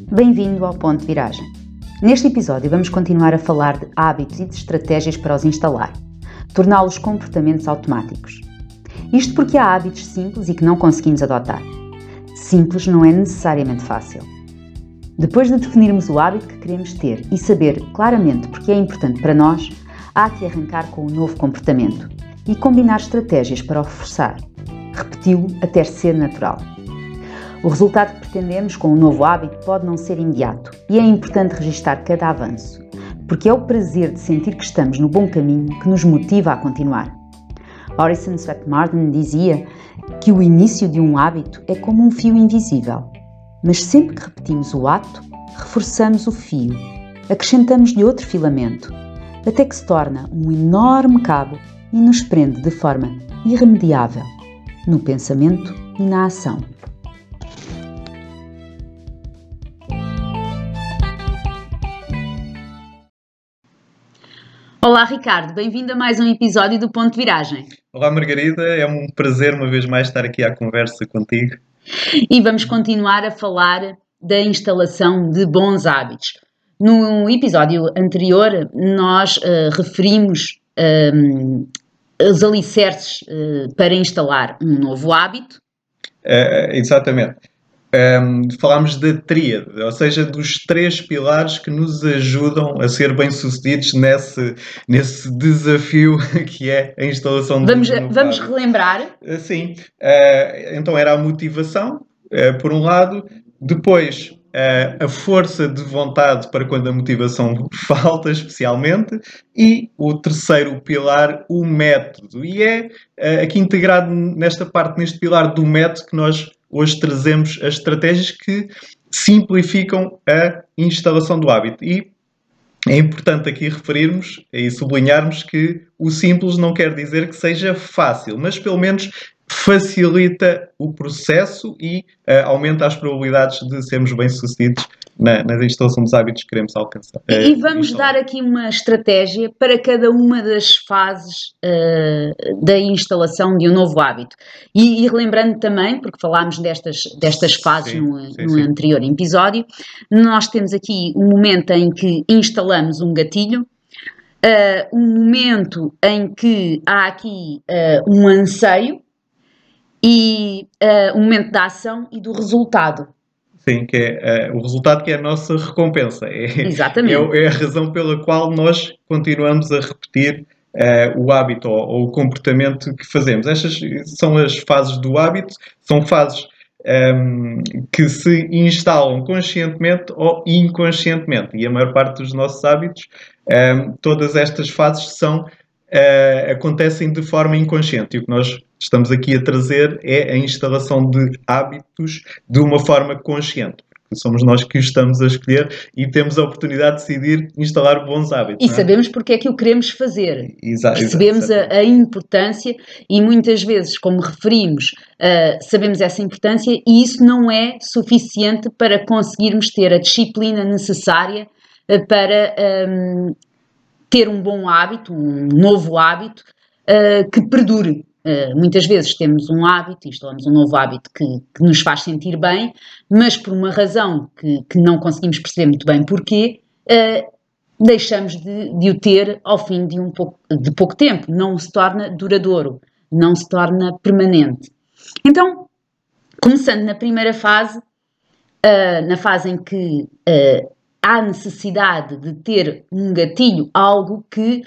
Bem-vindo ao Ponto de Viragem. Neste episódio vamos continuar a falar de hábitos e de estratégias para os instalar, torná-los comportamentos automáticos. Isto porque há hábitos simples e que não conseguimos adotar. Simples não é necessariamente fácil. Depois de definirmos o hábito que queremos ter e saber claramente porque é importante para nós, há que arrancar com o novo comportamento e combinar estratégias para o reforçar, repeti-lo até ser natural. O resultado que pretendemos com o novo hábito pode não ser imediato e é importante registar cada avanço, porque é o prazer de sentir que estamos no bom caminho que nos motiva a continuar. Orison Swett Marden dizia que o início de um hábito é como um fio invisível, mas sempre que repetimos o ato, reforçamos o fio, acrescentamos-lhe outro filamento, até que se torna um enorme cabo e nos prende de forma irremediável, no pensamento e na ação. Olá Ricardo, bem-vindo a mais um episódio do Ponto de Viragem. Olá Margarida, é um prazer uma vez mais estar aqui à conversa contigo. E vamos continuar a falar da instalação de bons hábitos. No episódio anterior nós referimos os alicerces para instalar um novo hábito. Exatamente. Falámos da tríade, ou seja, dos três pilares que nos ajudam a ser bem-sucedidos nesse desafio que é a instalação de um novo hábito. Vamos relembrar? Sim. Então era a motivação, por um lado, depois a força de vontade para quando a motivação falta, especialmente, e o terceiro pilar, o método. E é aqui integrado neste pilar do método que nós hoje trazemos as estratégias que simplificam a instalação do hábito. E é importante aqui referirmos e sublinharmos que o simples não quer dizer que seja fácil, mas pelo menos facilita o processo e aumenta as probabilidades de sermos bem-sucedidos na instalação dos hábitos que queremos alcançar. E vamos dar aqui uma estratégia para cada uma das fases da instalação de um novo hábito. E relembrando também, porque falámos destas fases no anterior episódio, nós temos aqui um momento em que instalamos um gatilho, um momento em que há aqui um anseio, e o momento da ação e do resultado. Sim, que é o resultado que é a nossa recompensa. Exatamente. É a razão pela qual nós continuamos a repetir o hábito ou o comportamento que fazemos. Estas são as fases do hábito, são fases que se instalam conscientemente ou inconscientemente. E a maior parte dos nossos hábitos, todas estas fases acontecem de forma inconsciente. E o que nós estamos aqui a trazer é a instalação de hábitos de uma forma consciente. Porque somos nós que estamos a escolher e temos a oportunidade de decidir instalar bons hábitos. E sabemos porque é que o queremos fazer. Percebemos Exato. a importância e muitas vezes, como referimos, sabemos essa importância e isso não é suficiente para conseguirmos ter a disciplina necessária para ter um bom hábito, um novo hábito que perdure. Muitas vezes temos um hábito, instalamos um novo hábito que nos faz sentir bem, mas por uma razão que não conseguimos perceber muito bem porquê, deixamos de o ter ao fim de pouco tempo. Não se torna duradouro, não se torna permanente. Então, começando na primeira fase, na fase em que há necessidade de ter um gatilho, algo que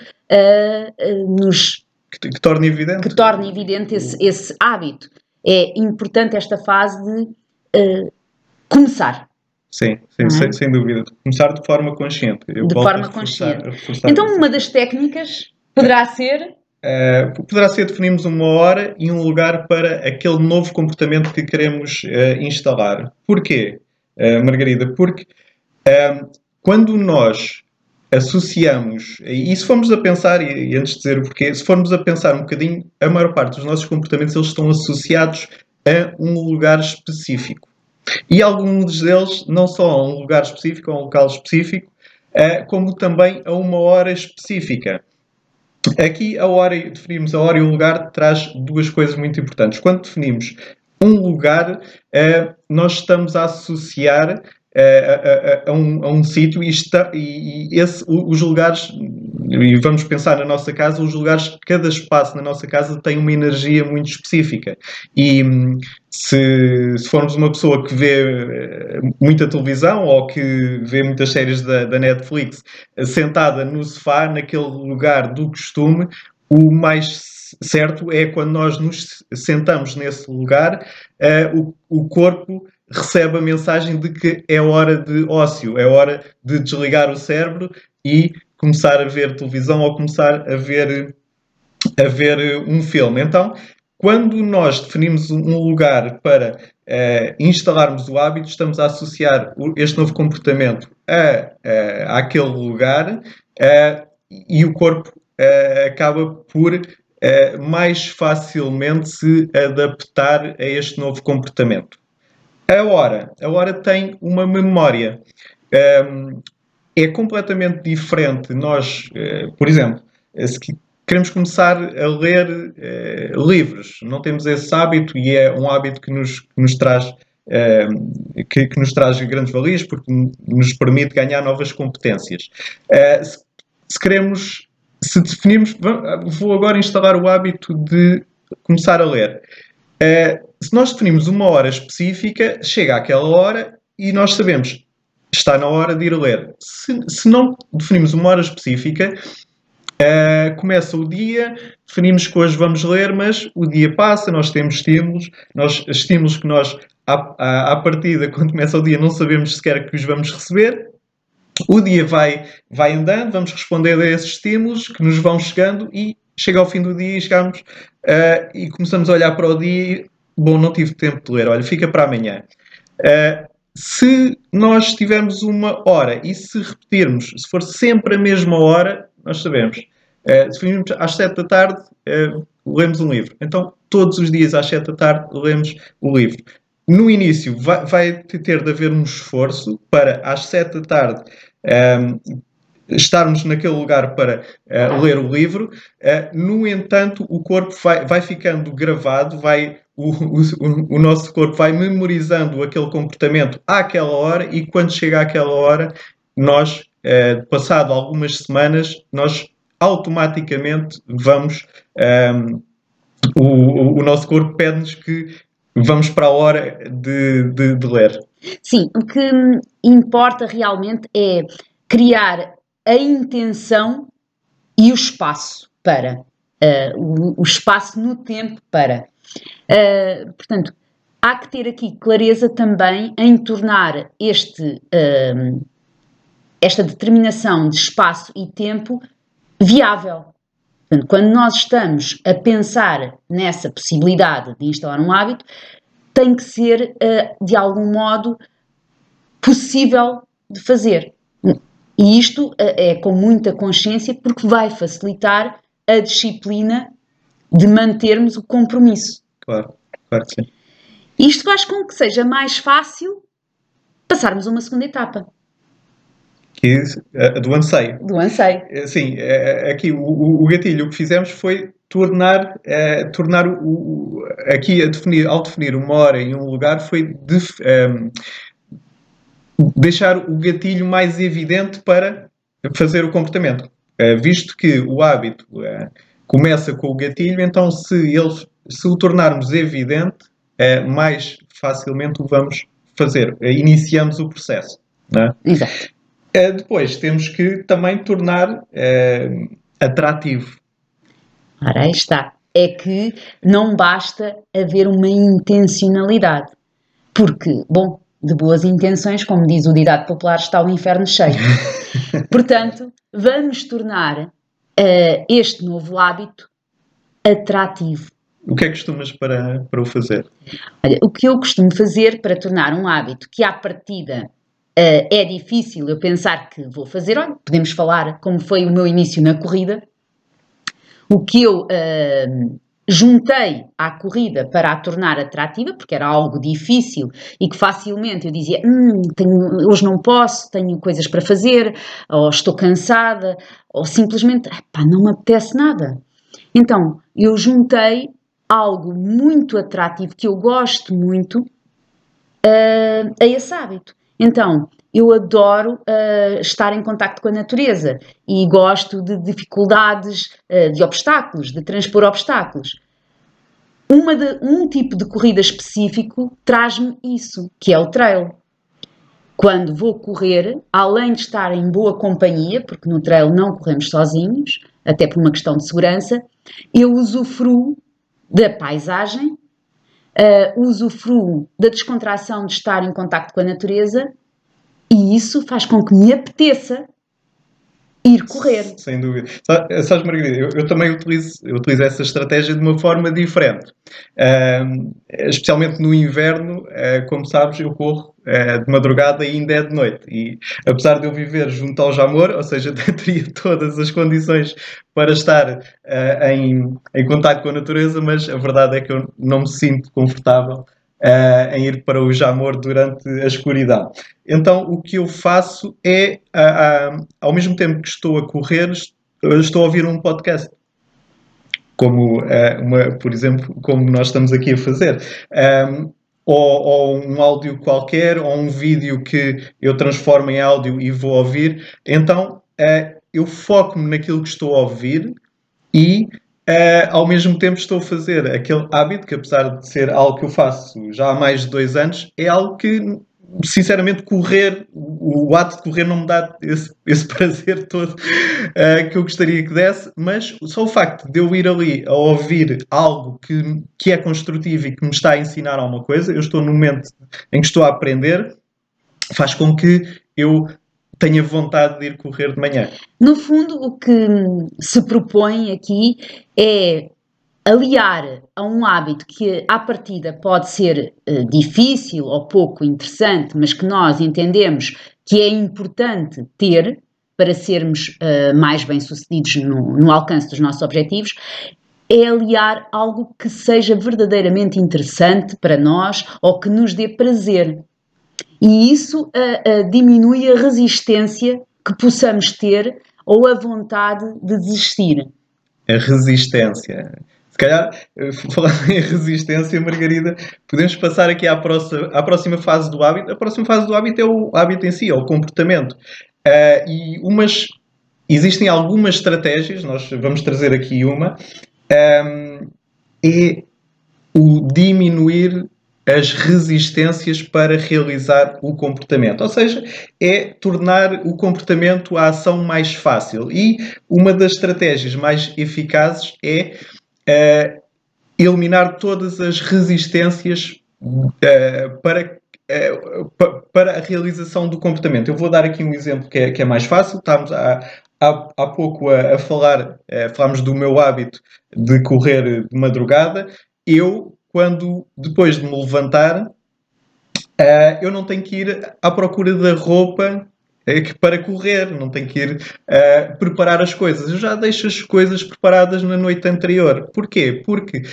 que torne evidente esse hábito. É importante esta fase de começar. Sim, sem dúvida. Começar de forma consciente. De forma consciente. Então, uma das técnicas poderá ser... definirmos uma hora e um lugar para aquele novo comportamento que queremos instalar. Porquê, Margarida? Porque quando nós associamos, e se formos a pensar, e antes de dizer o porquê, se formos a pensar um bocadinho, a maior parte dos nossos comportamentos eles estão associados a um lugar específico. E alguns deles não só a um lugar específico, a um local específico, como também a uma hora específica. Aqui definirmos a hora e o lugar traz duas coisas muito importantes. Quando definimos um lugar, nós estamos a associar a um sítio os lugares, e vamos pensar na nossa casa, os lugares, cada espaço na nossa casa tem uma energia muito específica. E se formos uma pessoa que vê muita televisão ou que vê muitas séries da Netflix, sentada no sofá, naquele lugar do costume, o mais certo é quando nós nos sentamos nesse lugar, o corpo recebe a mensagem de que é hora de ócio, é hora de desligar o cérebro e começar a ver televisão ou começar a ver um filme. Então, quando nós definimos um lugar para instalarmos o hábito, estamos a associar este novo comportamento àquele lugar, e o corpo acaba por mais facilmente se adaptar a este novo comportamento. A hora tem uma memória. É completamente diferente. Nós, por exemplo, se queremos começar a ler livros, não temos esse hábito e é um hábito que nos traz que nos traz grandes valias porque nos permite ganhar novas competências. Se definirmos, vou agora instalar o hábito de começar a ler. Se nós definimos uma hora específica, chega àquela hora e nós sabemos está na hora de ir ler. Se não definimos uma hora específica, começa o dia, definimos que hoje vamos ler, mas o dia passa, nós temos estímulos que nós, à partida, quando começa o dia, não sabemos sequer que os vamos receber. O dia vai andando, vamos responder a esses estímulos que nos vão chegando e chega ao fim do dia e chegamos e começamos a olhar para o dia e, bom, não tive tempo de ler, olha, fica para amanhã. Se nós tivermos uma hora e se repetirmos, se for sempre a mesma hora, nós sabemos. Se formos às 7 da tarde, lemos um livro. Então, todos os dias às 7 da tarde, lemos o livro. No início, vai ter de haver um esforço para, às 7 da tarde, estarmos naquele lugar para ler o livro. No entanto, o corpo vai ficando gravado, o nosso corpo vai memorizando aquele comportamento àquela hora e quando chega àquela hora, nós, passado algumas semanas, nós automaticamente vamos... o nosso corpo pede-nos que vamos para a hora de ler. Sim, o que importa realmente é criar a intenção e o espaço para. O espaço no tempo para. Portanto, há que ter aqui clareza também em tornar esta determinação de espaço e tempo viável. Portanto, quando nós estamos a pensar nessa possibilidade de instalar um hábito, tem que ser, de algum modo, possível de fazer. E isto é com muita consciência porque vai facilitar a disciplina de mantermos o compromisso. Claro que sim. Isto faz com que seja mais fácil passarmos a uma segunda etapa. Do anseio. Do anseio. Sim, aqui o gatilho, o que fizemos foi tornar aqui ao definir uma hora em um lugar, foi deixar o gatilho mais evidente para fazer o comportamento. Visto que o hábito começa com o gatilho, então se o tornarmos evidente, mais facilmente o vamos fazer. Iniciamos o processo. Não é? Exato. Depois temos que também tornar atrativo. Ora, aí está. É que não basta haver uma intencionalidade. Porque, bom, de boas intenções, como diz o ditado popular, está o inferno cheio. Portanto, vamos tornar este novo hábito atrativo. O que é que costumas para o fazer? Olha, o que eu costumo fazer para tornar um hábito que, à partida, é difícil eu pensar que vou fazer, olha, podemos falar como foi o meu início na corrida. O que eu juntei à corrida para a tornar atrativa, porque era algo difícil e que facilmente eu dizia, hoje não posso, tenho coisas para fazer, ou estou cansada, ou simplesmente, não me apetece nada. Então, eu juntei algo muito atrativo, que eu gosto muito, a esse hábito. Então, eu adoro estar em contacto com a natureza e gosto de dificuldades, de obstáculos, de transpor obstáculos. Um tipo de corrida específico traz-me isso, que é o trail. Quando vou correr, além de estar em boa companhia, porque no trail não corremos sozinhos, até por uma questão de segurança, eu usufruo da paisagem, usufruo da descontração de estar em contacto com a natureza e isso faz com que me apeteça ir correr. Sem dúvida. Sabes, Margarida, eu também utilizo essa estratégia de uma forma diferente. Especialmente no inverno, como sabes, eu corro de madrugada e ainda é de noite. E apesar de eu viver junto ao Jamor, ou seja, teria todas as condições para estar em contato com a natureza, mas a verdade é que eu não me sinto confortável em ir para o Jamor durante a escuridão. Então, o que eu faço é, ao mesmo tempo que estou a correr, estou a ouvir um podcast. Como, por exemplo, como nós estamos aqui a fazer. Ou um áudio qualquer, ou um vídeo que eu transformo em áudio e vou ouvir. Então, eu foco-me naquilo que estou a ouvir e ao mesmo tempo estou a fazer aquele hábito que, apesar de ser algo que eu faço já há mais de 2 anos, é algo que, sinceramente, o ato de correr não me dá esse prazer todo que eu gostaria que desse, mas só o facto de eu ir ali a ouvir algo que é construtivo e que me está a ensinar alguma coisa, eu estou no momento em que estou a aprender, faz com que eu tenha vontade de ir correr de manhã. No fundo, o que se propõe aqui é aliar a um hábito que, à partida, pode ser difícil ou pouco interessante, mas que nós entendemos que é importante ter para sermos mais bem-sucedidos no alcance dos nossos objetivos, é aliar algo que seja verdadeiramente interessante para nós ou que nos dê prazer. E isso diminui a resistência que possamos ter ou a vontade de desistir. A resistência. Se calhar, falando em resistência, Margarida, podemos passar aqui à próxima fase do hábito. A próxima fase do hábito é o hábito em si, é o comportamento. Existem algumas estratégias, nós vamos trazer aqui uma, é o diminuir as resistências para realizar o comportamento. Ou seja, é tornar o comportamento, a ação mais fácil. E uma das estratégias mais eficazes é eliminar todas as resistências para a realização do comportamento. Eu vou dar aqui um exemplo que é mais fácil. Estávamos há pouco a falar, falámos do meu hábito de correr de madrugada. Depois de me levantar, eu não tenho que ir à procura da roupa para correr, não tenho que ir preparar as coisas. Eu já deixo as coisas preparadas na noite anterior. Porquê? Porque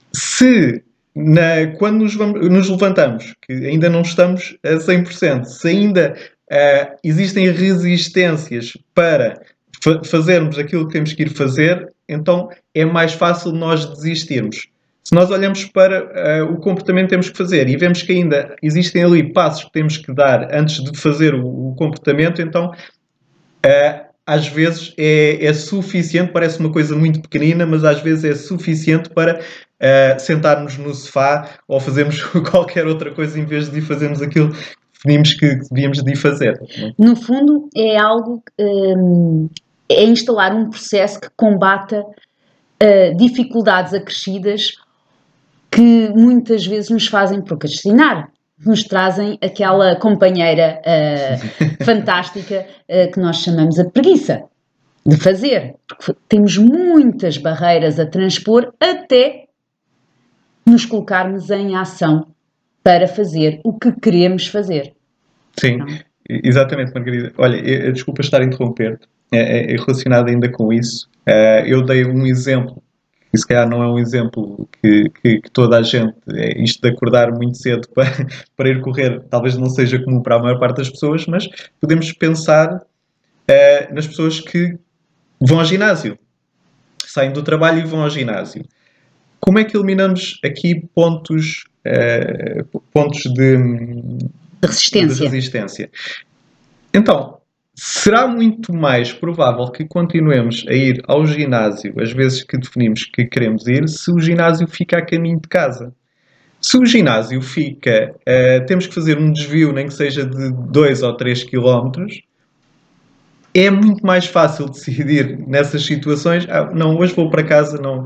quando nos levantamos, que ainda não estamos a 100%, se ainda existem resistências para fazermos aquilo que temos que ir fazer, então é mais fácil nós desistirmos. Se nós olhamos para o comportamento que temos que fazer e vemos que ainda existem ali passos que temos que dar antes de fazer o comportamento, então às vezes é suficiente, parece uma coisa muito pequenina, mas às vezes é suficiente para sentarmos no sofá ou fazermos qualquer outra coisa em vez de fazermos aquilo que definimos que devíamos de fazer. No fundo, é algo, é instalar um processo que combata dificuldades acrescidas que muitas vezes nos fazem procrastinar, nos trazem aquela companheira fantástica que nós chamamos a preguiça de fazer, porque temos muitas barreiras a transpor até nos colocarmos em ação para fazer o que queremos fazer. Sim, exatamente, Margarida. Olha, desculpa estar a interromper-te, é relacionado ainda com isso. Eu dei um exemplo, que se calhar não é um exemplo que toda a gente, isto de acordar muito cedo para ir correr, talvez não seja comum para a maior parte das pessoas, mas podemos pensar nas pessoas que vão ao ginásio, saem do trabalho e vão ao ginásio. Como é que eliminamos aqui pontos resistência. De resistência. Então, será muito mais provável que continuemos a ir ao ginásio as vezes que definimos que queremos ir, se o ginásio fica a caminho de casa. Se o ginásio fica, temos que fazer um desvio, nem que seja de 2 ou 3 quilómetros, é muito mais fácil decidir nessas situações. Não, hoje vou para casa, não,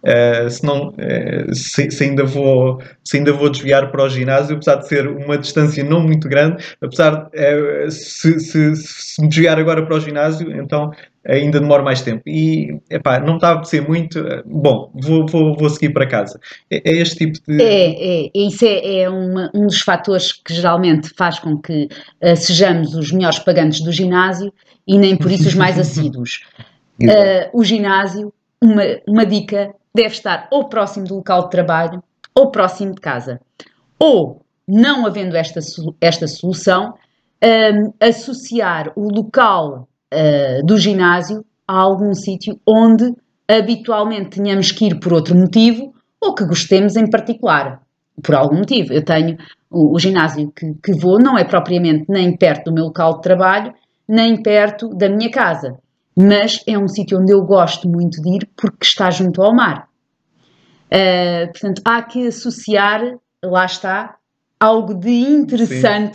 se ainda vou desviar para o ginásio, apesar de ser uma distância não muito grande, apesar se me desviar agora para o ginásio, então ainda demora mais tempo. E não está a apetecer muito, bom, vou seguir para casa. É este tipo de. Isso é um dos fatores que geralmente faz com que sejamos os melhores pagantes do ginásio e nem por isso os mais assíduos. O ginásio, uma dica, deve estar ou próximo do local de trabalho ou próximo de casa. Ou, não havendo esta solução, associar o local do ginásio a algum sítio onde habitualmente tenhamos que ir por outro motivo ou que gostemos em particular, por algum motivo. Eu tenho o ginásio que vou, não é propriamente nem perto do meu local de trabalho, nem perto da minha casa, mas é um sítio onde eu gosto muito de ir porque está junto ao mar. Portanto, há que associar, lá está, algo de interessante.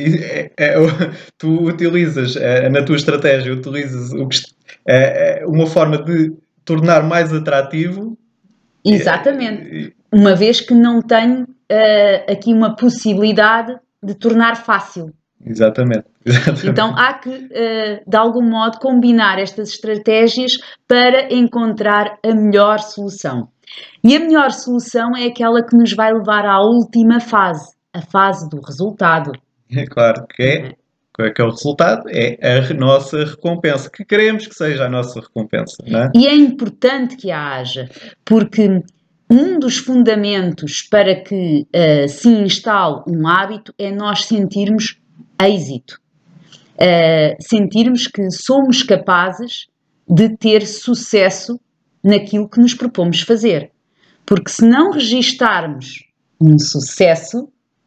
Tu utilizas, na tua estratégia, uma forma de tornar mais atrativo. Exatamente. Uma vez que não tenho aqui uma possibilidade de tornar fácil. Exatamente. Então há que, de algum modo, combinar estas estratégias para encontrar a melhor solução. E a melhor solução é aquela que nos vai levar à última fase, a fase do resultado. É claro que é o resultado, é a nossa recompensa, que queremos que seja a nossa recompensa. Não é? E é importante que a haja, porque um dos fundamentos para que se instale um hábito é nós sentirmos êxito. Sentirmos que somos capazes de ter sucesso naquilo que nos propomos fazer. Porque se não registarmos um sucesso,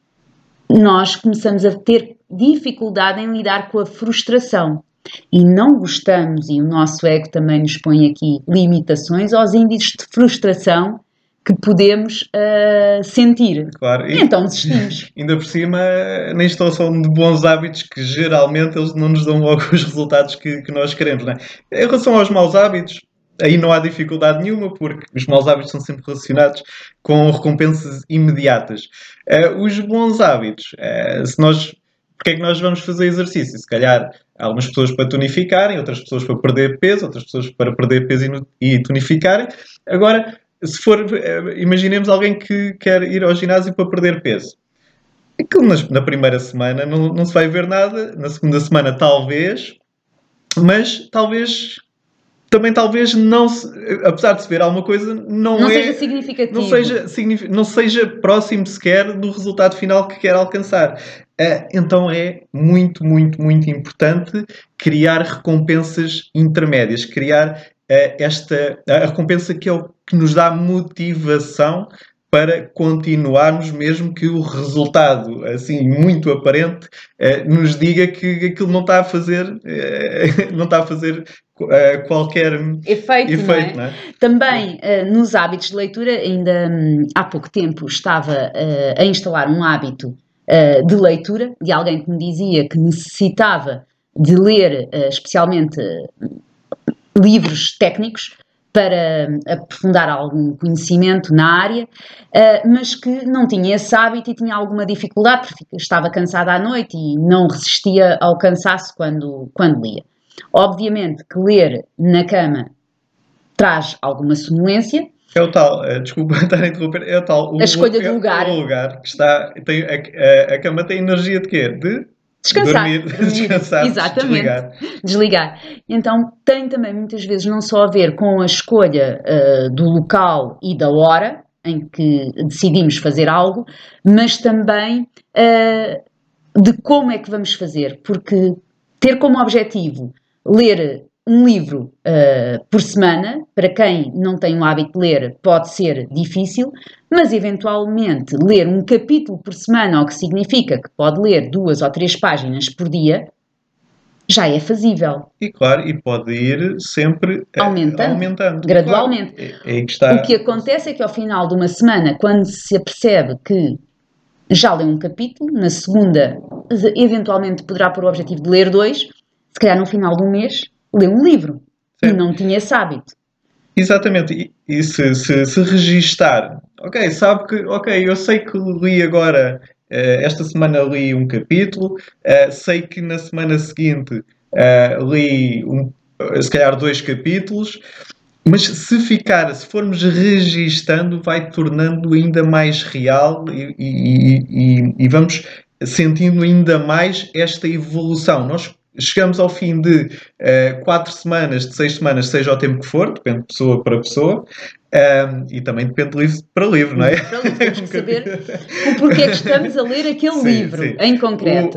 nós começamos a ter dificuldade em lidar com a frustração. E não gostamos, e o nosso ego também nos põe aqui limitações aos índices de frustração que podemos sentir. Claro. E então desistimos. Ainda por cima, nem estou só de bons hábitos que geralmente eles não nos dão logo os resultados que nós queremos. Não é? Em relação aos maus hábitos, aí não há dificuldade nenhuma, porque os maus hábitos são sempre relacionados com recompensas imediatas. Os bons hábitos, porque é que nós vamos fazer exercício? Se calhar há algumas pessoas para tonificarem, outras pessoas para perder peso, outras pessoas para perder peso e tonificarem. Agora, se for, imaginemos alguém que quer ir ao ginásio para perder peso. Aquilo na primeira semana não se vai ver nada, na segunda semana talvez, mas talvez não, apesar de se ver alguma coisa, não seja significativo. Não seja próximo sequer do resultado final que quer alcançar. Então é muito, muito, muito importante criar recompensas intermédias, criar a recompensa que é o que nos dá motivação para continuarmos, mesmo que o resultado, assim, muito aparente, nos diga que aquilo não está a fazer, qualquer efeito não é? Também, nos hábitos de leitura, ainda há pouco tempo estava a instalar um hábito de leitura, de alguém que me dizia que necessitava de ler, especialmente livros técnicos, para aprofundar algum conhecimento na área, mas que não tinha esse hábito e tinha alguma dificuldade, porque estava cansada à noite e não resistia ao cansaço quando lia. Obviamente que ler na cama traz alguma sonolência. É o tal, desculpa estar a interromper, é o tal... A escolha do lugar. O lugar que está... a cama tem energia de quê? De... Descansar. Dormir, descansar, exatamente. Desligar. Então tem também muitas vezes não só a ver com a escolha do local e da hora em que decidimos fazer algo, mas também de como é que vamos fazer, porque ter como objetivo ler um livro por semana, para quem não tem o hábito de ler, pode ser difícil, mas eventualmente ler um capítulo por semana, o que significa que pode ler 2 ou 3 páginas por dia, já é fazível. E claro, e pode ir sempre aumentando. Gradualmente. Claro, é aí que está. O que acontece é que ao final de uma semana, quando se apercebe que já leu um capítulo, na segunda eventualmente poderá pôr o objetivo de ler 2, se calhar no final de um mês lê um livro. Sim. E não tinha esse hábito. Exatamente, e se registar, ok, sabe que, ok, eu sei que li agora, esta semana li um capítulo, sei que na semana seguinte li se calhar 2 capítulos, mas se formos registando, vai tornando ainda mais real e vamos sentindo ainda mais esta evolução. Nós chegamos ao fim de 4 semanas, de 6 semanas, seja o tempo que for, depende de pessoa para pessoa, e também depende de livro para livro, não é? Para livro, temos que saber o porquê que estamos a ler aquele livro, sim. Em concreto.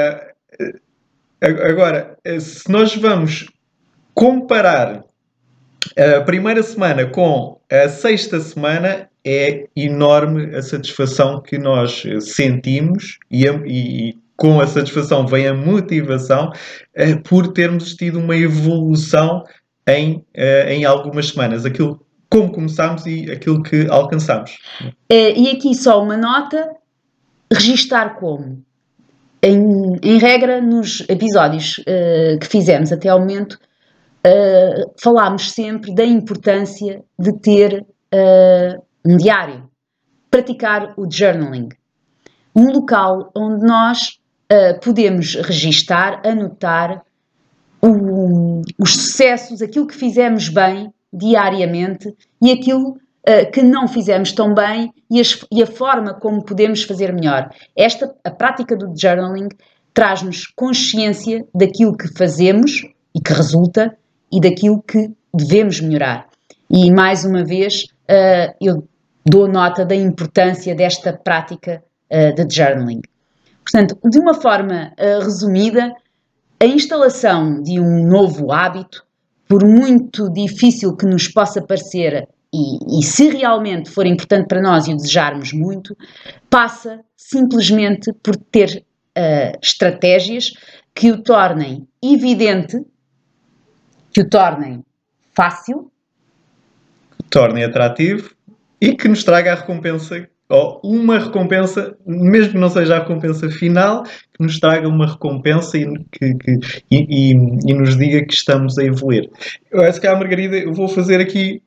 Agora, se nós vamos comparar a primeira semana com a 6ª semana, é enorme a satisfação que nós sentimos e com a satisfação vem a motivação por termos tido uma evolução em algumas semanas. Como começámos e aquilo que alcançámos. E aqui só uma nota, registar como? Em regra, nos episódios que fizemos até ao momento, falámos sempre da importância de ter um diário, praticar o journaling. Um local onde nós podemos registar, anotar os sucessos, aquilo que fizemos bem diariamente e aquilo que não fizemos tão bem e a forma como podemos fazer melhor. A prática do journaling traz-nos consciência daquilo que fazemos e que resulta e daquilo que devemos melhorar. E, mais uma vez, eu dou nota da importância desta prática de journaling. Portanto, de uma forma resumida, a instalação de um novo hábito, por muito difícil que nos possa parecer e se realmente for importante para nós e o desejarmos muito, passa simplesmente por ter estratégias que o tornem evidente, que o tornem fácil, que o tornem atrativo e que nos traga a recompensa, ou uma recompensa, mesmo que não seja a recompensa final, que nos traga uma recompensa e nos diga que estamos a evoluir. Se calhar, Margarida, eu vou fazer aqui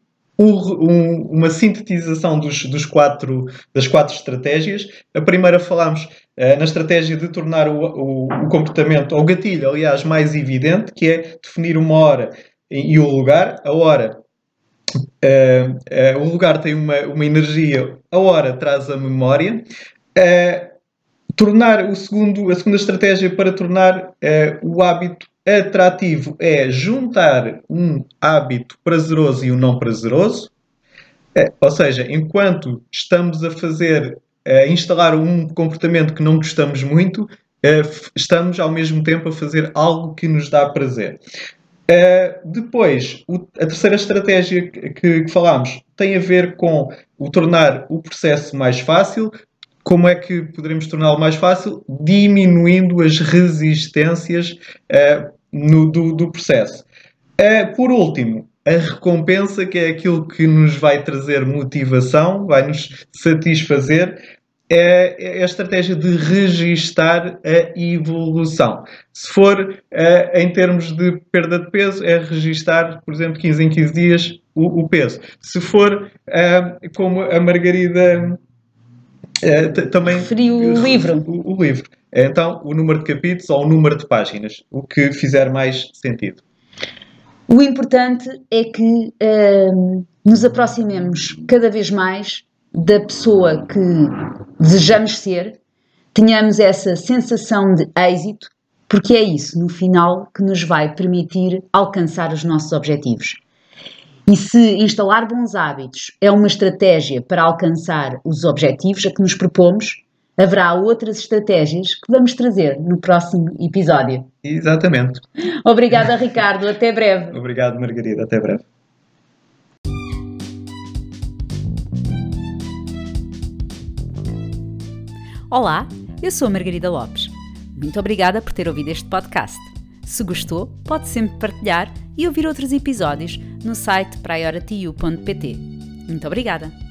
uma sintetização das 4 estratégias. A primeira falámos na estratégia de tornar o comportamento, ou o gatilho, aliás, mais evidente, que é definir uma hora e o lugar. A hora, o lugar tem uma energia, a hora traz a memória. A segunda estratégia para tornar o hábito atrativo é juntar um hábito prazeroso e um não prazeroso. Ou seja, enquanto estamos a instalar um comportamento que não gostamos muito, estamos ao mesmo tempo a fazer algo que nos dá prazer. Depois, a terceira estratégia que falámos tem a ver com o tornar o processo mais fácil. Como é que poderemos torná-lo mais fácil? Diminuindo as resistências do processo. Por último, a recompensa, que é aquilo que nos vai trazer motivação, vai nos satisfazer, é a estratégia de registar a evolução. Se for em termos de perda de peso, é registar, por exemplo, 15 em 15 dias o peso. Se for como a Margarida também referiu o livro. O livro. Então, o número de capítulos ou o número de páginas, o que fizer mais sentido. O importante é que nos aproximemos cada vez mais da pessoa que desejamos ser, tenhamos essa sensação de êxito, porque é isso, no final, que nos vai permitir alcançar os nossos objetivos. E se instalar bons hábitos é uma estratégia para alcançar os objetivos a que nos propomos, Haverá outras estratégias que vamos trazer no próximo episódio. Exatamente. Obrigada, Ricardo. Até breve. Obrigado, Margarida. Até breve. Olá, eu sou a Margarida Lopes. Muito obrigada por ter ouvido este podcast. Se gostou, pode sempre partilhar e ouvir outros episódios no site priorityou.pt. Muito obrigada!